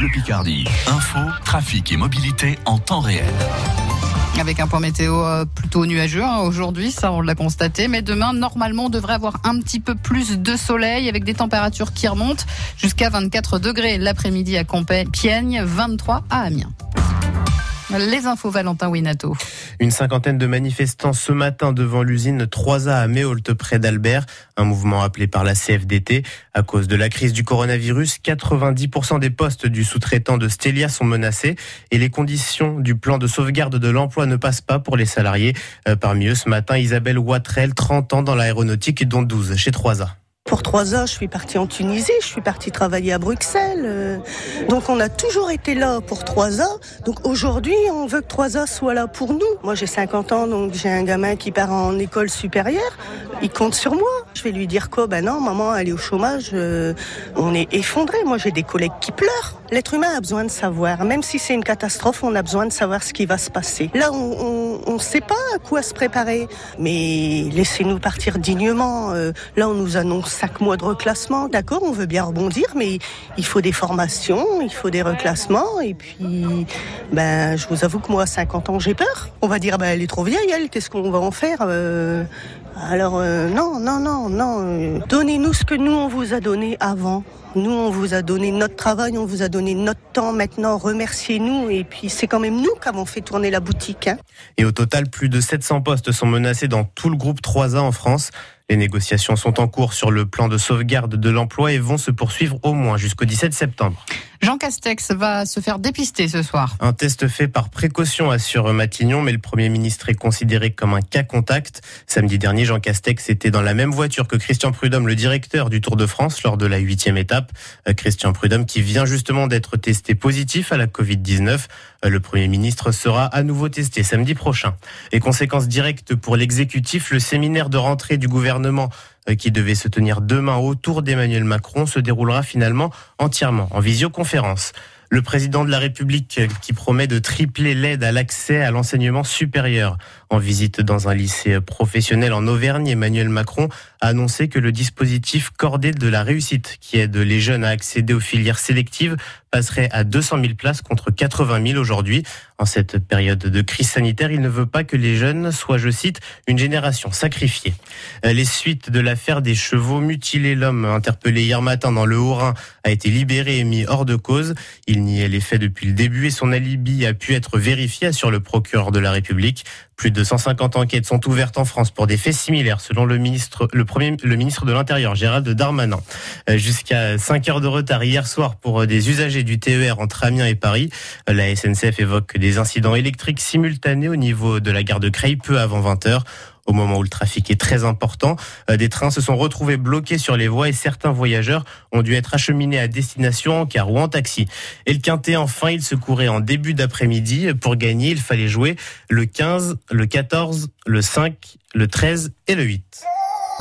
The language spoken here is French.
Bleu Picardie. Info, trafic et mobilité en temps réel. Avec un point météo plutôt nuageux aujourd'hui, ça on l'a constaté, mais demain normalement on devrait avoir un petit peu plus de soleil avec des températures qui remontent jusqu'à 24 degrés l'après-midi à Compiègne, 23 à Amiens. Les infos Valentin Winato. Une cinquantaine de manifestants ce matin devant l'usine 3A à Méaulte près d'Albert. Un mouvement appelé par la CFDT. À cause de la crise du coronavirus, 90% des postes du sous-traitant de Stelia sont menacés et les conditions du plan de sauvegarde de l'emploi ne passent pas pour les salariés. Parmi eux ce matin, Isabelle Ouattrel, 30 ans dans l'aéronautique, dont 12 chez 3A. Pour 3A, je suis partie en Tunisie, je suis partie travailler à Bruxelles. Donc on a toujours été là pour 3A. Donc aujourd'hui, on veut que 3A soit là pour nous. Moi j'ai 50 ans, donc j'ai un gamin qui part en école supérieure. Il compte sur moi. Je vais lui dire quoi ? Ben non, maman, elle est au chômage. On est effondrés. Moi j'ai des collègues qui pleurent. L'être humain a besoin de savoir. Même si c'est une catastrophe, on a besoin de savoir ce qui va se passer. Là, on sait pas à quoi se préparer. Mais laissez-nous partir dignement. Là, on nous annonce 5 mois de reclassement, d'accord, on veut bien rebondir, mais il faut des formations, il faut des reclassements, et puis, je vous avoue que moi, à 50 ans, j'ai peur. On va dire, elle est trop vieille, elle, qu'est-ce qu'on va en faire ? Non. Donnez-nous ce que nous, on vous a donné avant. Nous, on vous a donné notre travail, on vous a donné notre temps. Maintenant, remerciez-nous. Et puis, c'est quand même nous qui avons fait tourner la boutique. Et au total, plus de 700 postes sont menacés dans tout le groupe 3A en France. Les négociations sont en cours sur le plan de sauvegarde de l'emploi et vont se poursuivre au moins jusqu'au 17 septembre. Jean Castex va se faire dépister ce soir. Un test fait par précaution, assure Matignon, mais le Premier ministre est considéré comme un cas contact. Samedi dernier, Jean Castex était dans la même voiture que Christian Prudhomme, le directeur du Tour de France, lors de la 8e étape. Christian Prudhomme qui vient justement d'être testé positif à la Covid-19. Le Premier ministre sera à nouveau testé samedi prochain. Et conséquence directe pour l'exécutif, le séminaire de rentrée du gouvernement qui devait se tenir demain autour d'Emmanuel Macron se déroulera finalement entièrement en visioconférence. Le président de la République qui promet de tripler l'aide à l'accès à l'enseignement supérieur. En visite dans un lycée professionnel en Auvergne, Emmanuel Macron a annoncé que le dispositif cordé de la réussite, qui aide les jeunes à accéder aux filières sélectives, passerait à 200 000 places contre 80 000 aujourd'hui. En cette période de crise sanitaire, il ne veut pas que les jeunes soient, je cite, une génération sacrifiée. Les suites de l'affaire des chevaux mutilés, l'homme interpellé hier matin dans le Haut-Rhin a été libéré et mis hors de cause. Il niait les faits depuis le début et son alibi a pu être vérifié, assure le procureur de la République. Plus de 150 enquêtes sont ouvertes en France pour des faits similaires, selon le ministre de l'Intérieur, Gérald Darmanin. Jusqu'à 5 heures de retard hier soir pour des usagers du TER entre Amiens et Paris. La SNCF évoque des incidents électriques simultanés au niveau de la gare de Creil peu avant 20 heures. Au moment où le trafic est très important, des trains se sont retrouvés bloqués sur les voies et certains voyageurs ont dû être acheminés à destination en car ou en taxi. Et le quintet, enfin, il se courait en début d'après-midi. Pour gagner, il fallait jouer le 15, le 14, le 5, le 13 et le 8.